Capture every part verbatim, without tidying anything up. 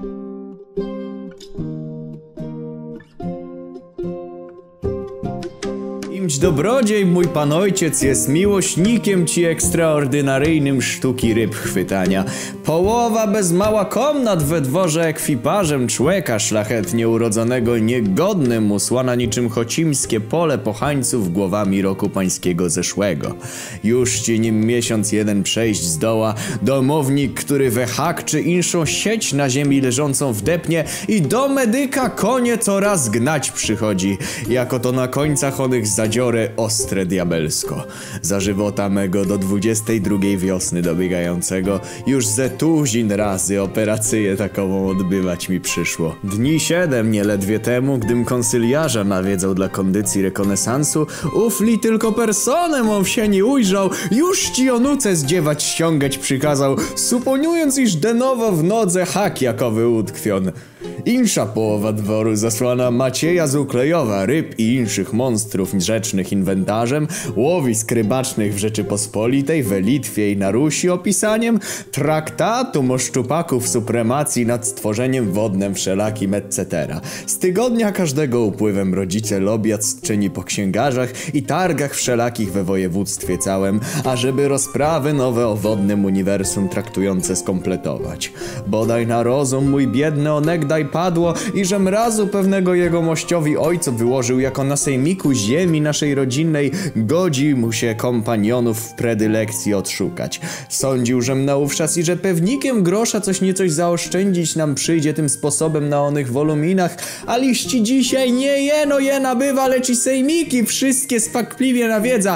Imć dobrodziej, mój pan ojciec, jest miłośnikiem ci ekstraordynaryjnym sztuki ryb chwytania. Połowa bez mała komnat we dworze ekwipażem człeka szlachetnie urodzonego niegodnym mu słana niczym chocimskie pole pochańców głowami roku pańskiego zeszłego. Już ci nim miesiąc jeden przejść zdoła, domownik, który we hak czy inszą sieć na ziemi leżącą wdepnie i do medyka konie coraz gnać przychodzi, jako to na końcach onych zadziorę ostre diabelsko. Za żywota mego do dwudziestej drugiej wiosny dobiegającego już ze tuzin razy operacyję takową odbywać mi przyszło. Dni siedem nieledwie temu, gdym konsyliarza nawiedzał dla kondycji rekonesansu, ufli tylko personę mą w sieni ujrzał, już ci onuce zdziewać ściągać przykazał, suponiując, iż denowo w nodze hak jakowy utkwion. Insza połowa dworu zasłana Macieja z Uklejowa, ryb i inszych monstrów rzecznych inwentarzem, łowisk rybacznych w Rzeczypospolitej, we Litwie i na Rusi opisaniem, traktatu o szczupaków supremacji nad stworzeniem wodnym wszelakim et cetera. Z tygodnia każdego upływem rodzice obiad czyni po księgarzach i targach wszelakich we województwie całym, ażeby rozprawy nowe o wodnym uniwersum traktujące skompletować. Bodaj na rozum mój biedny onegdaj padło i żem razu pewnego jegomościowi ojcu wyłożył jako na sejmiku ziemi naszej rodzinnej godzi mu się kompanionów w predylekcji odszukać. Sądził, żem naówczas i że pewnikiem grosza coś niecoś zaoszczędzić nam przyjdzie tym sposobem na onych woluminach, a liści dzisiaj nie jeno je nabywa, lecz i sejmiki wszystkie spakpliwie nawiedza.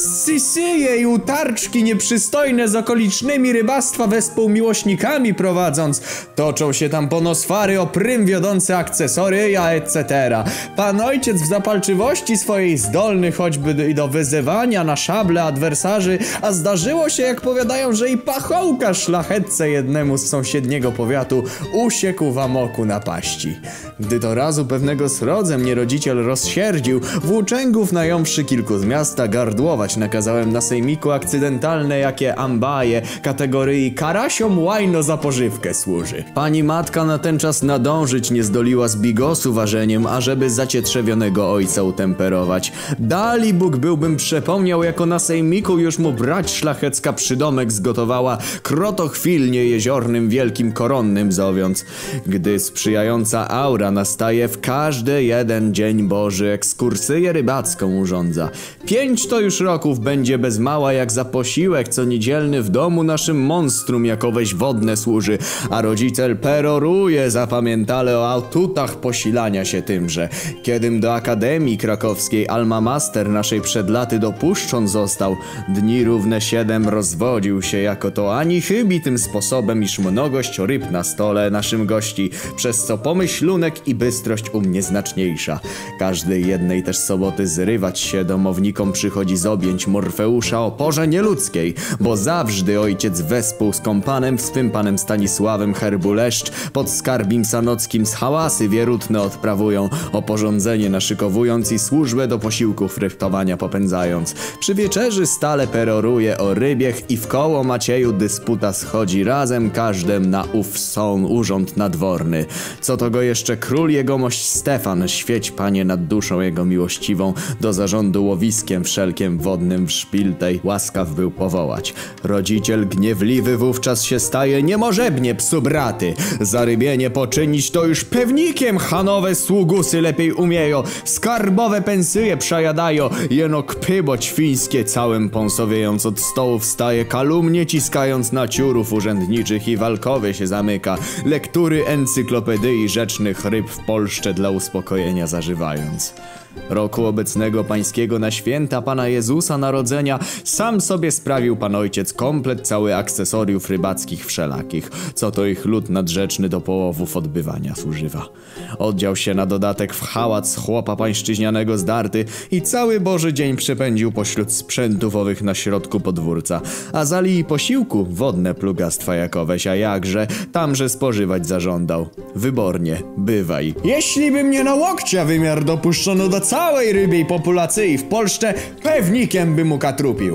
Sysyje i utarczki nieprzystojne z okolicznymi rybactwa wespół miłośnikami prowadząc. Toczą się tam ponosfary o prym wiodące akcesoryja et cetera. Pan ojciec w zapalczywości swojej zdolny choćby i do wyzywania na szable adwersarzy, a zdarzyło się, jak powiadają, że i pachołka szlachetce jednemu z sąsiedniego powiatu usiekł w amoku napaści. Gdy to razu pewnego srodze mnie rodziciel rozsierdził, włóczęgów nająwszy kilku z miasta gardłować nakazałem na sejmiku akcydentalne jakie ambaje kategorii karasiom łajno za pożywkę służy. Pani matka na ten czas nadążyć nie zdoliła z bigosu ważeniem, ażeby zacietrzewionego ojca utemperować. Dali Bóg byłbym przepomniał, jako na sejmiku już mu brać szlachecka przydomek zgotowała, krotochwilnie jeziornym wielkim koronnym zowiąc. Gdy sprzyjająca aura nastaje, w każdy jeden dzień Boży ekskursyję rybacką urządza. Pięć to już roków będzie bez mała jak za posiłek co niedzielny w domu naszym monstrum jakoweś wodne służy, a rodziciel peroruje zapamiętale o atutach posilania się tymże. Kiedym do Akademii Krakowskiej Alma Master naszej przed laty dopuszczon został, dni równe siedem rozwodził się jako to ani chybi tym sposobem, iż mnogość ryb na stole naszym gości, przez co pomyślunek i bystrość u mnie znaczniejsza. Każdej jednej też soboty zrywać się domownikom przychodzi z objęć Morfeusza o porze nieludzkiej, bo zawżdy ojciec wespół z kompanem swym panem Stanisławem Herbuleszcz pod skarbim sanockim z hałasy wierutne odprawują, o porządzenie naszykowując i służbę do posiłków ryptowania popędzając. Przy wieczerzy stale peroruje o rybiech i w koło Macieju dysputa schodzi razem każdym na ów son urząd nadworny. Co to go jeszcze król jegomość Stefan, świeć panie nad duszą jego miłościwą, do zarządu łowiskiem wszelkiem wodnym w szpiltej łaskaw był powołać. Rodziciel gniewliwy wówczas się staje, niemożebnie psu braty, za rybienie poczynić to już pewnikiem hanowe sługusy lepiej umieją, skarbowe pensyje przejadają, jeno kpy bo ćwińskie całym pąsowiejąc od stołu wstaje, kalumnie ciskając na ciurów urzędniczych i walkowy się zamyka, lektury encyklopedii rzecznych ryb w polszcze dla uspokojenia zażywając. Roku obecnego pańskiego na święta Pana Jezusa Narodzenia sam sobie sprawił Pan Ojciec komplet cały akcesoriów rybackich wszelakich, co to ich lud nadrzeczny do połowów odbywania służywa. Oddział się na dodatek w hałac chłopa pańszczyźnianego zdarty i cały Boży dzień przepędził pośród sprzętów owych na środku podwórca, a zali i posiłku wodne plugastwa jakoweś, a jakże, tamże spożywać zażądał. Wybornie, bywaj. Jeśli by mnie na łokcia wymiar dopuszczono do całej rybiej populacji w Polsce, pewnikiem bym mu katrupił.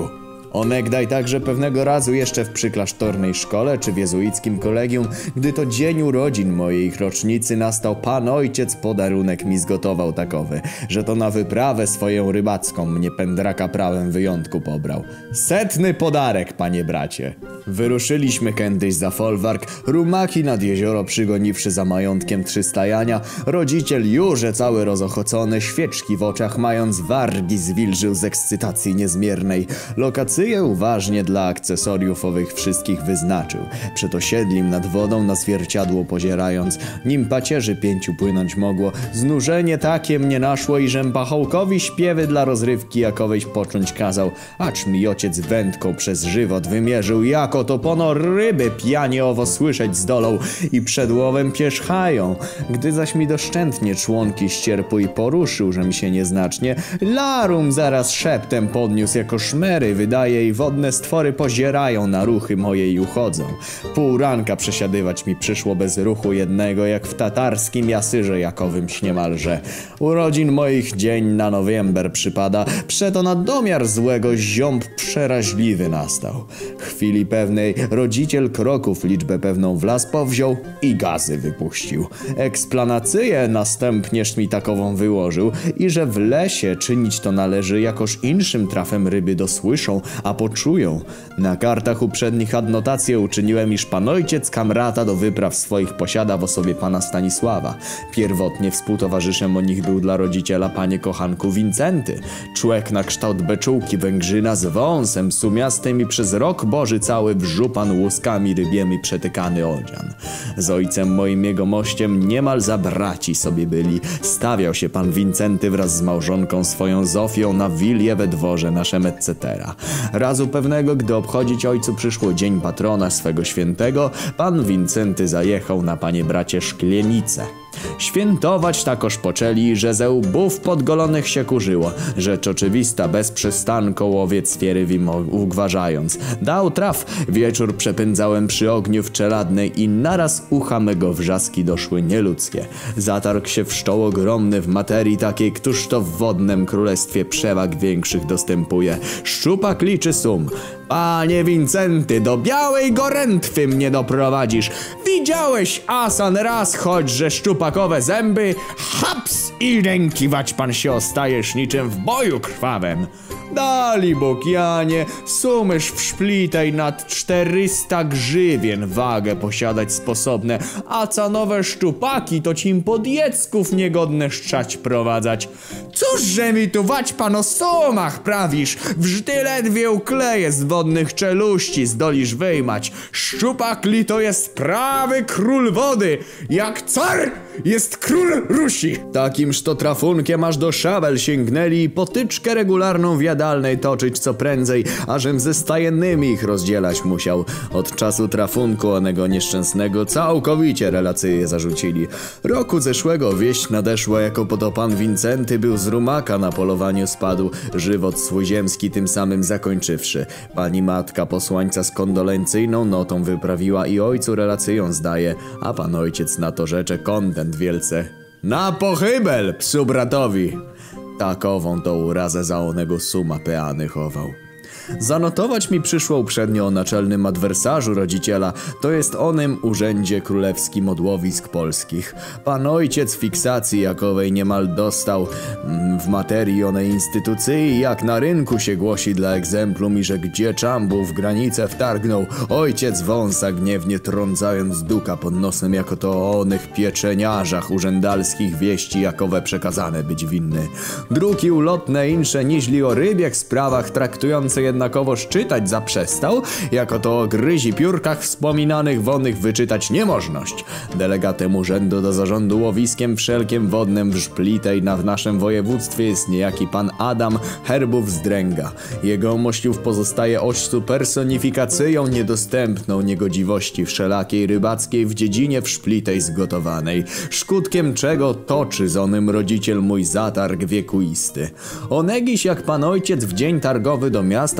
Onegdaj także pewnego razu jeszcze w przyklasztornej szkole czy w jezuickim kolegium, gdy to dzień urodzin mojej rocznicy nastał, pan ojciec podarunek mi zgotował takowy, że to na wyprawę swoją rybacką mnie pędraka prawem wyjątku pobrał. Setny podarek, panie bracie. Wyruszyliśmy kiedyś za folwark, rumaki nad jezioro przygoniwszy za majątkiem trzystajania, rodziciel już cały rozochocony, świeczki w oczach mając, wargi zwilżył z ekscytacji niezmiernej. Lokację uważnie dla akcesoriów owych wszystkich wyznaczył. Przed osiedlim nad wodą na zwierciadło pozierając, nim pacierzy pięciu płynąć mogło, znużenie takie mnie naszło i żem pachołkowi śpiewy dla rozrywki jakoweś począć kazał, acz mi ociec wędką przez żywot wymierzył, jako to pono ryby pijanie owo słyszeć zdolą i przed łowem pierzchają. Gdy zaś mi doszczętnie członki ścierpu i poruszył, żem się nieznacznie, larum zaraz szeptem podniósł jako szmery wydaje i wodne stwory pozierają na ruchy moje i uchodzą. Pół ranka przesiadywać mi przyszło bez ruchu jednego, jak w tatarskim jasyrze jakowymś niemalże. Urodzin moich dzień na nowiember przypada, przeto na domiar złego ziąb przeraźliwy nastał. Chwili pewnej rodziciel kroków liczbę pewną w las powziął i gazy wypuścił. Eksplanację następnież mi takową wyłożył i że w lesie czynić to należy, jakoż inszym trafem ryby dosłyszą, a poczują. Na kartach uprzednich adnotację uczyniłem, iż pan ojciec kamrata do wypraw swoich posiada w osobie pana Stanisława. Pierwotnie współtowarzyszem o nich był dla rodziciela panie kochanku Wincenty. Człek na kształt beczułki węgrzyna z wąsem sumiastym i przez rok boży cały w żupan łuskami rybiemi przetykany odzian. Z ojcem moim jego mościem niemal za braci sobie byli. Stawiał się pan Wincenty wraz z małżonką swoją Zofią na wilię we dworze naszem et cetera. Razu pewnego, gdy obchodzić ojcu przyszło dzień patrona swego świętego, pan Wincenty zajechał na panie bracie Szklienice. Świętować takoż poczęli, że ze łbów podgolonych się kurzyło, rzecz oczywista bez przystanku łowiec sfiery ugważając. Dał traf, wieczór przepędzałem przy ogniu w czeladnej i naraz ucha mego wrzaski doszły nieludzkie. Zatarł się wszczął ogromny w materii takiej, któż to w wodnym królestwie przewag większych dostępuje. Szczupak liczy sum. Panie Wincenty, do białej gorętwy mnie doprowadzisz. Widziałeś, asan, raz choć, że szczupakowe zęby, haps i rękiwać pan się ostajesz niczym w boju krwawym. Dali Bóg, Janie, sumysz w szplitej nad czterysta grzywien wagę posiadać sposobne, a ca nowe szczupaki to cim podjecków niegodne szczać prowadzać. Cóżże mi tu wać pan o sumach prawisz? Wżdy ledwie ukleje z wodnych czeluści zdolisz wyjmać. Szczupak li to jest prawy król wody, jak car jest król Rusi. Takimż to trafunkiem aż do szabel sięgnęli i potyczkę regularną w jadalnej toczyć co prędzej, ażem ze stajennymi ich rozdzielać musiał. Od czasu trafunku onego nieszczęsnego całkowicie relacje zarzucili. Roku zeszłego wieść nadeszła, jako podo pan Wincenty był z rumaka na polowaniu spadł, żywot swój ziemski tym samym zakończywszy. Pani matka posłańca z kondolencyjną notą wyprawiła i ojcu relacją zdaje, a pan ojciec na to rzecze kontent wielce. Na pochybel psu bratowi! Takową to urazę za onego suma peany chował. Zanotować mi przyszło uprzednio o naczelnym adwersarzu rodziciela, to jest onym urzędzie królewskim od łowisk polskich. Pan ojciec fiksacji jakowej niemal dostał mm, w materii onej instytucji, jak na rynku się głosi dla egzemplum i że gdzie czambu w granicę wtargnął, ojciec wąsa gniewnie trącając duka pod nosem, jako to o onych pieczeniarzach urzędalskich wieści jakowe przekazane być winny. Druki ulotne insze niźli o rybiech sprawach traktujące jednakowoż czytać zaprzestał, jako to o gryzi piórkach wspominanych wonnych wyczytać niemożność. Delegatem urzędu do zarządu łowiskiem wszelkiem wodnym w Szplitej na w naszym województwie jest niejaki pan Adam Herbów z Dręga. Jego mościów pozostaje oścu personifikacją niedostępną niegodziwości wszelakiej rybackiej w dziedzinie w Szplitej zgotowanej, szkutkiem czego toczy z onym rodziciel mój zatarg wiekuisty. Onegiś jak pan ojciec w dzień targowy do miasta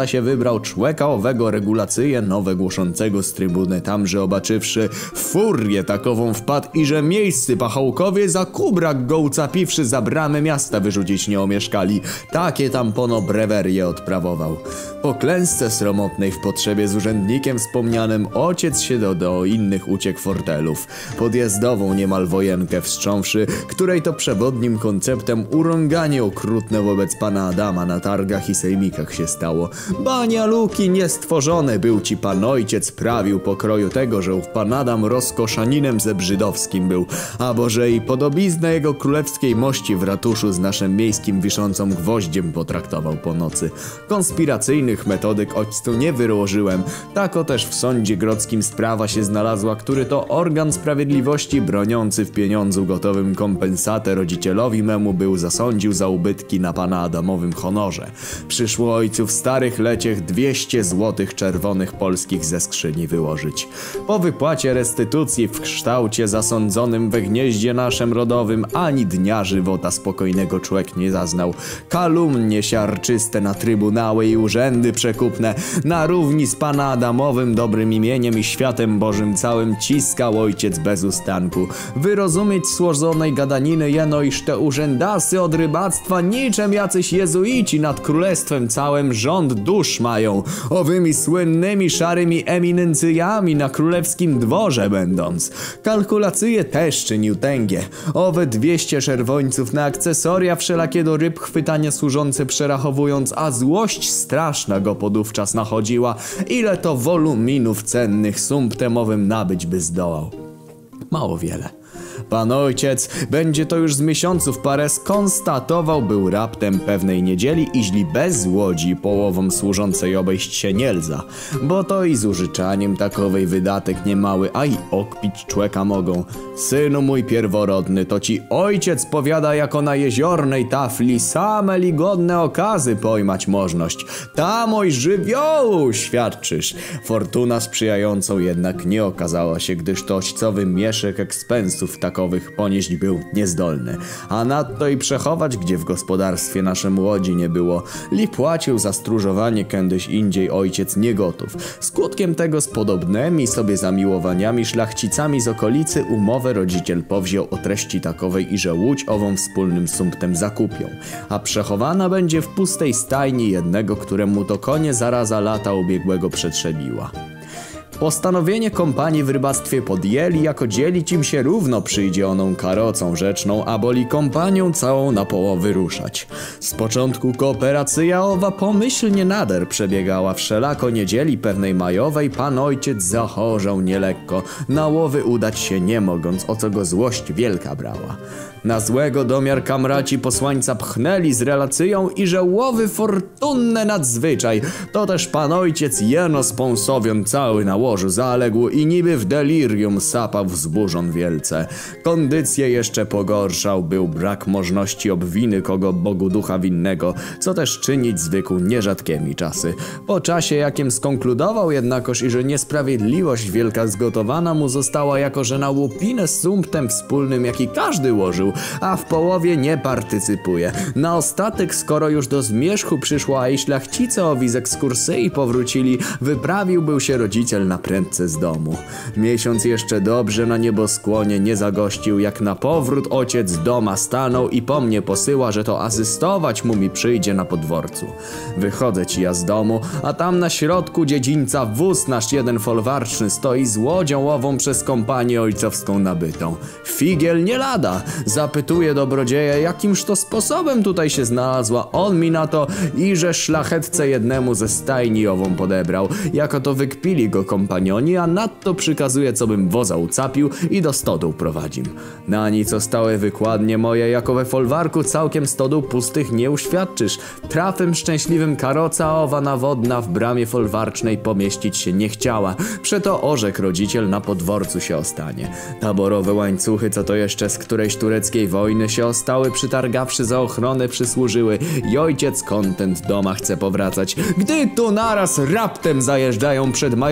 ta się wybrał człeka owego regulacyje nowe głoszącego z trybuny, tam, że obaczywszy furię takową wpadł i że miejscy pachołkowie za kubrak go ucapiwszy za bramę miasta wyrzucić nie omieszkali. Takie tam pono brewerie odprawował. Po klęsce sromotnej w potrzebie z urzędnikiem wspomnianym ojciec się do, do innych uciekł fortelów. Podjazdową niemal wojenkę wstrząwszy, której to przewodnim konceptem urąganie okrutne wobec pana Adama na targach i sejmikach się stało. Bania luki niestworzone był ci pan ojciec prawił pokroju tego, że ów pan Adam rozkoszaninem ze Brzydowskim był, a boże i podobiznę jego królewskiej mości w ratuszu z naszym miejskim wiszącą gwoździem potraktował po nocy. Konspiracyjnych metodyk ojcu nie wyłożyłem, tako też w sądzie grodzkim sprawa się znalazła, który to organ sprawiedliwości broniący w pieniądzu gotowym kompensatę rodzicielowi memu był zasądził za ubytki na pana Adamowym honorze. Przyszło ojcu w starych leciech dwieście złotych czerwonych polskich ze skrzyni wyłożyć. Po wypłacie restytucji w kształcie zasądzonym we gnieździe naszym rodowym ani dnia żywota spokojnego człowiek nie zaznał. Kalumnie siarczyste na trybunały i urzędy przekupne, na równi z pana Adamowym dobrym imieniem i światem bożym całym ciskał ojciec bez ustanku. Wyrozumieć złożonej gadaniny jeno, iż te urzędasy od rybactwa niczym jacyś jezuici nad królestwem całym rząd dusz mają, owymi słynnymi szarymi eminencyjami na królewskim dworze będąc. Kalkulacje też czynił tęgie. Owe dwieście czerwońców na akcesoria wszelakie do ryb chwytania służące przerachowując, a złość straszna go podówczas nachodziła, ile to woluminów cennych sumptemowym nabyć by zdołał. Mało wiele. Pan ojciec, będzie to już z miesiąców parę, skonstatował był raptem pewnej niedzieli, iźli bez łodzi połową służącej obejść się nie lza, bo to i z użyczaniem takowej wydatek niemały, a i okpić człeka mogą. Synu mój pierworodny, to ci ojciec powiada, jako na jeziornej tafli same li godne okazy pojmać możność. Tam oj żywiołu świadczysz. Fortuna sprzyjającą jednak nie okazała się, gdyż to ojcowy mieszek ekspensów takowych ponieść był niezdolny, a nadto i przechować, gdzie w gospodarstwie naszym łodzi nie było. Li płacił za stróżowanie kiedyś indziej ojciec nie gotów. Skutkiem tego z podobnymi sobie zamiłowaniami szlachcicami z okolicy umowę rodziciel powziął o treści takowej, i że łódź ową wspólnym sumptem zakupią, a przechowana będzie w pustej stajni jednego, któremu to konie zaraza lata ubiegłego przetrzebiła. Postanowienie kompanii w rybactwie podjęli, jako dzielić im się równo przyjdzie oną karocą rzeczną, a boli kompanią całą na połowy ruszać. Z początku kooperacja owa pomyślnie nader przebiegała, wszelako niedzieli pewnej majowej pan ojciec zachorzał nielekko, na łowy udać się nie mogąc, o co go złość wielka brała. Na złego domiar kamraci posłańca pchnęli z relacją, i że łowy fortunne nadzwyczaj. To też pan ojciec jeno spąsowion cały na łożu zaległ i niby w delirium sapał wzburzon wielce. Kondycję jeszcze pogorszał był brak możności obwiny kogo Bogu ducha winnego, co też czynić zwykł nierzadkiemi czasy. Po czasie jakim skonkludował jednakoż, i że niesprawiedliwość wielka zgotowana mu została, jako że na łupinę z sumptem wspólnym, jaki każdy łożył, a w połowie nie partycypuje. Na ostatek, skoro już do zmierzchu przyszło, a i szlachcice owi z ekskursyi powrócili, wyprawił był się rodziciel na prędce z domu. Miesiąc jeszcze dobrze na nieboskłonie nie zagościł, jak na powrót ojciec doma stanął i po mnie posyła, że to asystować mu mi przyjdzie na podworcu. Wychodzę ci ja z domu, a tam na środku dziedzińca wóz nasz jeden folwarczny stoi z łodzią ową przez kompanię ojcowską nabytą. Figiel nie lada. Zapytuje dobrodzieja, jakimż to sposobem tutaj się znalazła. On mi na to, i że szlachetce jednemu ze stajni ową podebrał. Jako to wykpili go kompanioni, a nadto przykazuje, co bym woza ucapił i do stodół prowadzim. Na nic stałe wykładnie moje, jako we folwarku całkiem stodół pustych nie uświadczysz. Trafem szczęśliwym karoca owa nawodna w bramie folwarcznej pomieścić się nie chciała. Przeto orzekł rodziciel, na podworcu się ostanie. Taborowe łańcuchy, co to jeszcze z którejś tureckiej wojny się ostały, przytargawszy za ochronę przysłużyły, i ojciec kontent doma chce powracać, gdy tu naraz raptem zajeżdżają przed majątek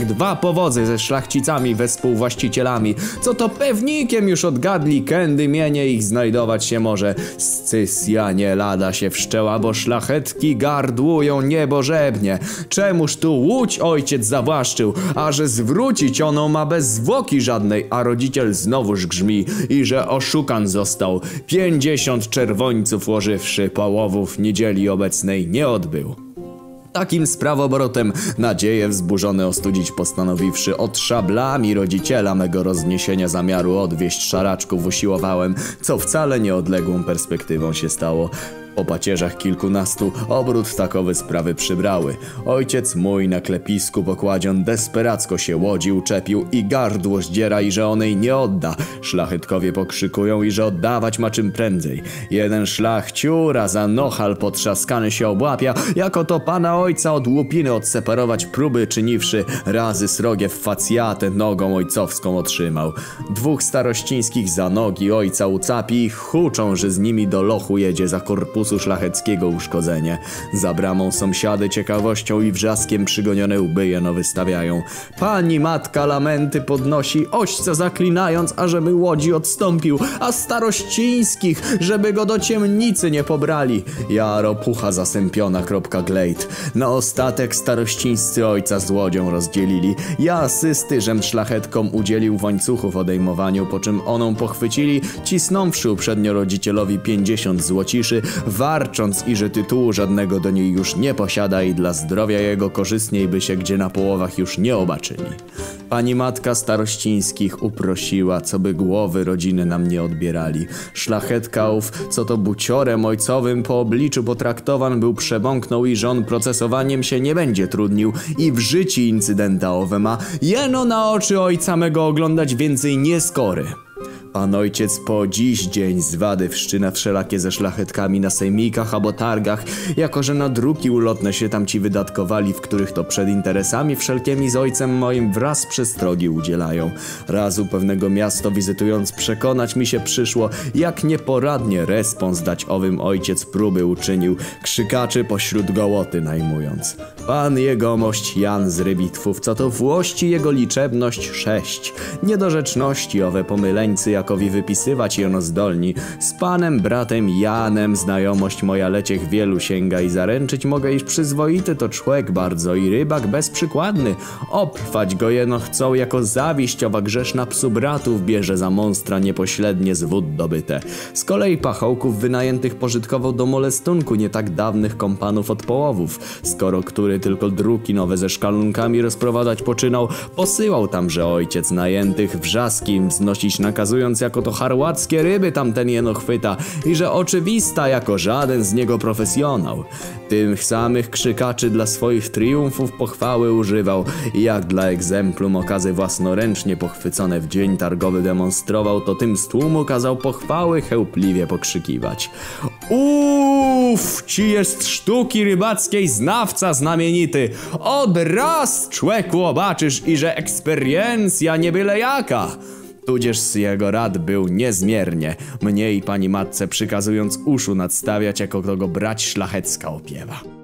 dwa powozy ze szlachcicami we współwłaścicielami, co to pewnikiem już odgadli, kędy mienie ich znajdować się może. Scysja nie lada się wszczęła, bo szlachetki gardłują niebożebnie. Czemuż tu łódź ojciec zawłaszczył, a że zwrócić ono ma bez zwłoki żadnej, a rodziciel znowuż grzmi i że oszukan został. Pięćdziesiąt czerwońców łożywszy, połowów niedzieli obecnej nie odbył. Takim sprawobrotem nadzieje wzburzone ostudzić postanowiwszy, od szablami rodziciela mego rozniesienia zamiaru odwieść szaraczków usiłowałem, co wcale nieodległą perspektywą się stało. Po pacierzach kilkunastu obrót takowe sprawy przybrały. Ojciec mój na klepisku pokładzion desperacko się łodzi uczepił i gardło zdziera i że onej nie odda. Szlachetkowie pokrzykują i że oddawać ma czym prędzej. Jeden szlachciura za nochal potrzaskany się obłapia, jako to pana ojca od łupiny odseparować próby czyniwszy, razy srogie w facjatę nogą ojcowską otrzymał. Dwóch starościńskich za nogi ojca ucapi i huczą, że z nimi do lochu jedzie za korpusu szlacheckiego uszkodzenie. Za bramą sąsiady ciekawością i wrzaskiem przygonione łby jeno wystawiają. Pani matka lamenty podnosi, ośce zaklinając, ażeby łodzi odstąpił, a starościńskich, żeby go do ciemnicy nie pobrali. Jaro pucha zasępiona kropka glejt. Na ostatek starościńscy ojca z łodzią rozdzielili. Ja asysty, żem szlachetkom udzielił w łańcuchów odejmowaniu, po czym oną pochwycili, cisnąwszy uprzednio rodzicielowi pięćdziesiąt złociszy, warcząc i że tytułu żadnego do niej już nie posiada i dla zdrowia jego korzystniej by się gdzie na połowach już nie obaczyli. Pani matka starościńskich uprosiła, co by głowy rodziny nam nie odbierali. Szlachetka ów, co to buciorem ojcowym po obliczu potraktowan był, przebąknął i że on procesowaniem się nie będzie trudnił i w życiu incydenta owe ma, jeno na oczy ojca mego oglądać więcej nie skory. Pan ojciec po dziś dzień zwady wszczyna wszelakie ze szlachetkami na sejmikach albo targach, jako że na druki ulotne się tam ci wydatkowali, w których to przed interesami wszelkimi z ojcem moim wraz przestrogi udzielają. Razu pewnego miasto wizytując przekonać mi się przyszło, jak nieporadnie respons dać owym ojciec próby uczynił, krzykaczy pośród gołoty najmując. Pan jegomość Jan z Rybitwów, co to włości jego liczebność sześć. Niedorzeczności owe pomyleńcy jakowi wypisywać jeno zdolni. Z panem bratem Janem znajomość moja leciech wielu sięga i zaręczyć mogę, iż przyzwoity to człek bardzo i rybak bezprzykładny. Oprwać go jeno chcą, jako zawiść owa grzeszna psu bratów bierze za monstra niepoślednie z wód dobyte. Z kolei pachołków wynajętych pożytkowo do molestunku nie tak dawnych kompanów od połowów, skoro który tylko druki nowe ze szkalunkami rozprowadzać poczynał, posyłał tamże ojciec najętych wrzaski im wznosić, nakazując, jako to harłackie ryby tamten jeno chwyta i że oczywista jako żaden z niego profesjonał. Tych samych krzykaczy dla swoich triumfów pochwały używał i jak dla egzemplum okazy własnoręcznie pochwycone w dzień targowy demonstrował, to tym z tłumu kazał pochwały chełpliwie pokrzykiwać. Uff, ci jest sztuki rybackiej znawca znamienity. Od raz człeku obaczysz i że eksperiencja nie byle jaka. Tudzież z jego rad był niezmiernie, mnie i pani matce przykazując uszu nadstawiać, jako kto go brać szlachecka opiewa.